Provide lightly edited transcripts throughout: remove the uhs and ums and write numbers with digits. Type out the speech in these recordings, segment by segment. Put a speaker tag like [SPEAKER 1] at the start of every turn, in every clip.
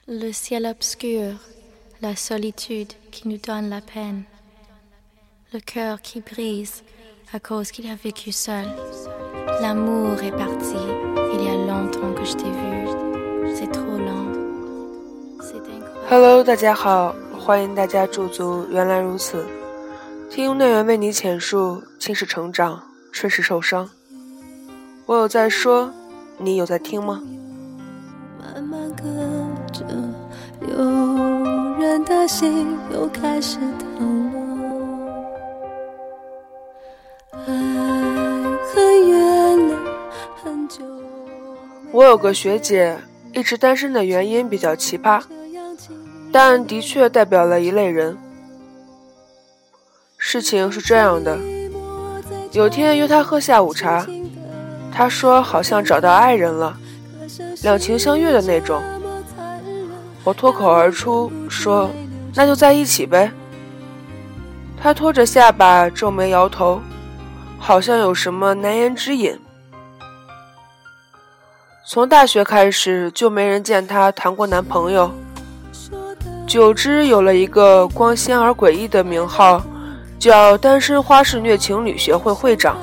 [SPEAKER 1] Le ciel obscur, la solitude qui nous donne la peine, le cœur qui brise à cause qu'il a vécu seul. L'amour est parti, il y a longtemps que je t'ai vu, c'est trop lent, c'est incroyable.
[SPEAKER 2] Hello， 大家好，欢迎大家驻足原来如此，听内源为你浅述青史成长，顺势受伤。我有在说，你有在听吗？
[SPEAKER 3] 慢慢隔着，有人的心又开始淌落。爱很远了，很久。
[SPEAKER 2] 我有个学姐，一直单身的原因比较奇葩，但的确代表了一类人。事情是这样的，有天约她喝下午茶，她说好像找到爱人了，两情相悦的那种。我脱口而出说那就在一起呗。她拖着下巴皱眉摇头，好像有什么难言之隐。从大学开始就没人见她谈过男朋友，久之有了一个光鲜而诡异的名号，叫单身花式虐情侣协会会长。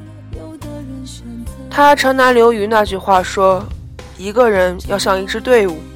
[SPEAKER 2] 他常拿刘瑜那句话说，一个人要像一支队伍。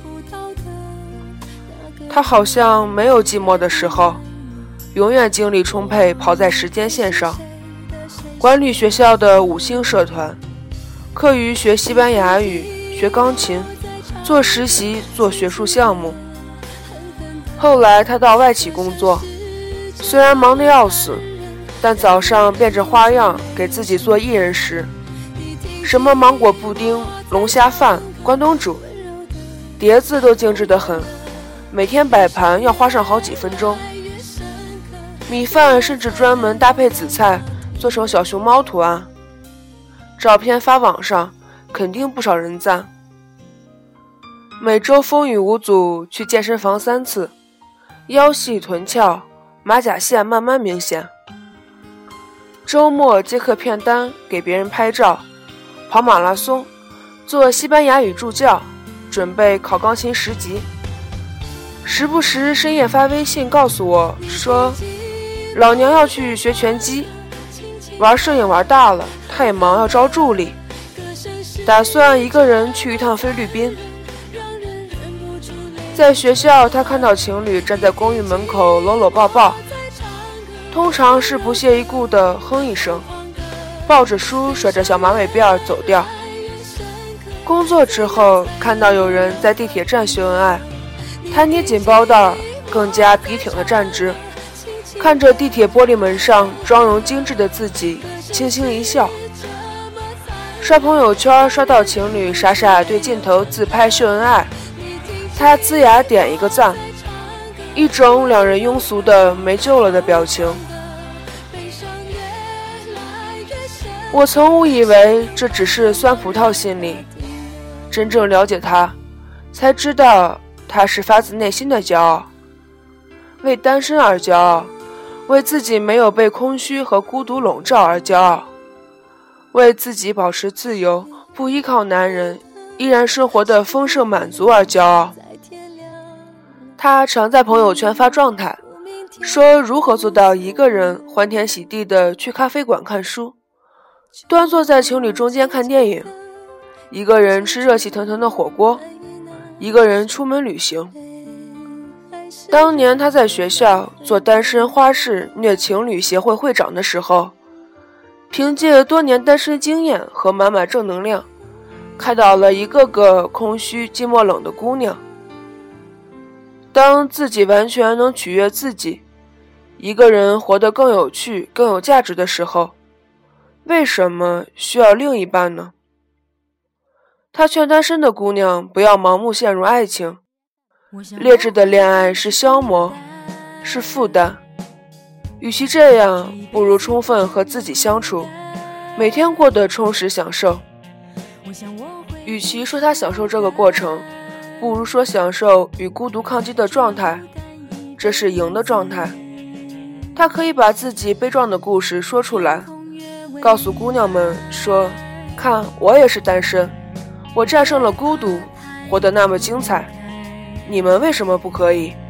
[SPEAKER 2] 他好像没有寂寞的时候，永远精力充沛，跑在时间线上，管理学校的5星社团，课余学西班牙语，学钢琴，做实习，做学术项目。后来他到外企工作，虽然忙得要死，但早上变着花样给自己做1人食，什么芒果布丁、龙虾饭、关东煮，碟子都精致得很，每天摆盘要花上好几分钟。米饭甚至专门搭配紫菜做成小熊猫图案，照片发网上肯定不少人赞。每周风雨无阻去健身房3次，腰细臀翘，马甲线慢慢明显。周末接客片单给别人拍照，跑马拉松，做西班牙语助教，准备考钢琴10级。时不时深夜发微信告诉我说，老娘要去学拳击，玩摄影玩大了，太忙要招助理，打算一个人去一趟菲律宾。在学校他看到情侣站在公寓门口搂搂抱抱，通常是不屑一顾地哼一声，抱着书甩着小马尾辫走掉。工作之后看到有人在地铁站秀恩爱，他捏紧包带，更加笔挺地站直，看着地铁玻璃门上妆容精致的自己，轻轻一笑。刷朋友圈刷到情侣傻傻对镜头自拍秀恩爱，他龇牙点一个赞，一种两人庸俗的没救了的表情。我曾误以为这只是酸葡萄心理，真正了解他，才知道他是发自内心的骄傲，为单身而骄傲，为自己没有被空虚和孤独笼罩而骄傲，为自己保持自由，不依靠男人，依然生活的丰盛满足而骄傲。他常在朋友圈发状态，说如何做到一个人欢天喜地的去咖啡馆看书，端坐在情侣中间看电影，一个人吃热气腾腾的火锅，一个人出门旅行。当年他在学校做单身花式虐情侣协会会长的时候，凭借多年单身经验和满满正能量，开导了一个个空虚寂寞冷的姑娘。当自己完全能取悦自己，一个人活得更有趣更有价值的时候，为什么需要另一半呢？他劝单身的姑娘不要盲目陷入爱情，劣质的恋爱是消磨，是负担。与其这样，不如充分和自己相处，每天过得充实享受。与其说他享受这个过程，不如说享受与孤独抗击的状态，这是赢的状态。他可以把自己悲壮的故事说出来，告诉姑娘们说，看我也是单身，我战胜了孤独，活得那么精彩。 你们为什么不可以？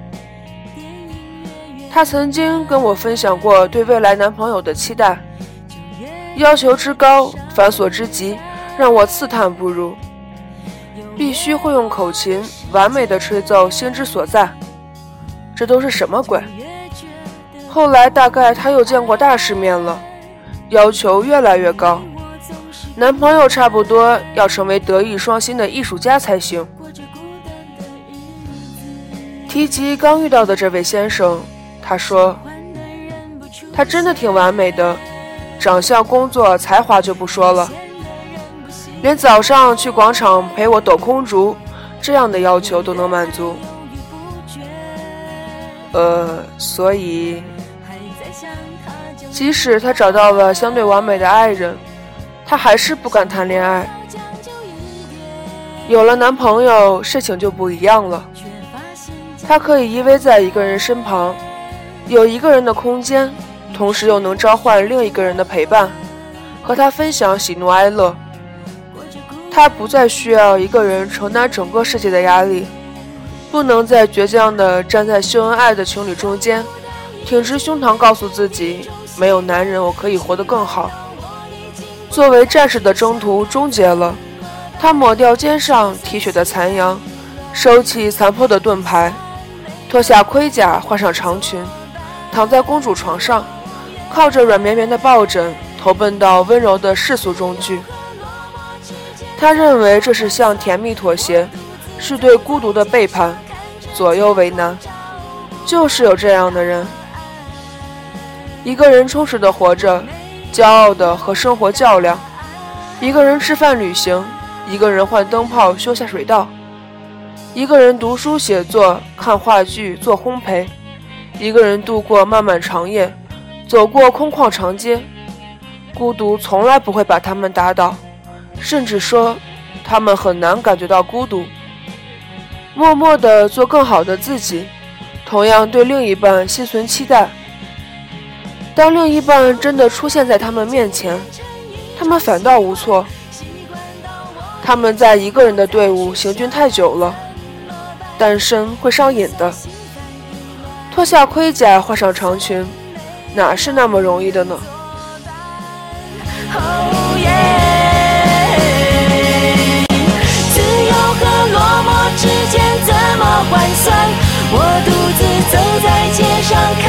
[SPEAKER 2] 她曾经跟我分享过对未来男朋友的期待，要求之高，繁琐之极，让我刺探不入。必须会用口琴完美的吹奏心之所在，这都是什么鬼？后来大概她又见过大世面了，要求越来越高，男朋友差不多要成为德艺双馨的艺术家才行。提及刚遇到的这位先生，他说他真的挺完美的，长相工作才华就不说了，连早上去广场陪我抖空竹这样的要求都能满足。所以即使他找到了相对完美的爱人，他还是不敢谈恋爱。有了男朋友，事情就不一样了，他可以依偎在一个人身旁，有一个人的空间，同时又能召唤另一个人的陪伴，和他分享喜怒哀乐。他不再需要一个人承担整个世界的压力，不能再倔强地站在秀恩爱的情侣中间，挺直胸膛告诉自己，没有男人我可以活得更好。作为战士的征途终结了，他抹掉肩上提血的残阳，收起残破的盾牌，脱下盔甲，换上长裙，躺在公主床上，靠着软绵绵的抱枕，投奔到温柔的世俗中去。他认为这是向甜蜜妥协，是对孤独的背叛，左右为难。就是有这样的人，一个人充实的活着，骄傲的和生活较量，一个人吃饭旅行，一个人换灯泡修下水道，一个人读书写作，看话剧，做烘焙，一个人度过漫漫长夜，走过空旷长街。孤独从来不会把他们打倒，甚至说他们很难感觉到孤独，默默地做更好的自己，同样对另一半心存期待。当另一半真的出现在他们面前，他们反倒无措。他们在一个人的队伍行军太久了，单身会上瘾的。脱下盔甲，换上长裙，哪是那么容易的呢？
[SPEAKER 3] 自由和落寞之间怎么换算？我独自走在街上看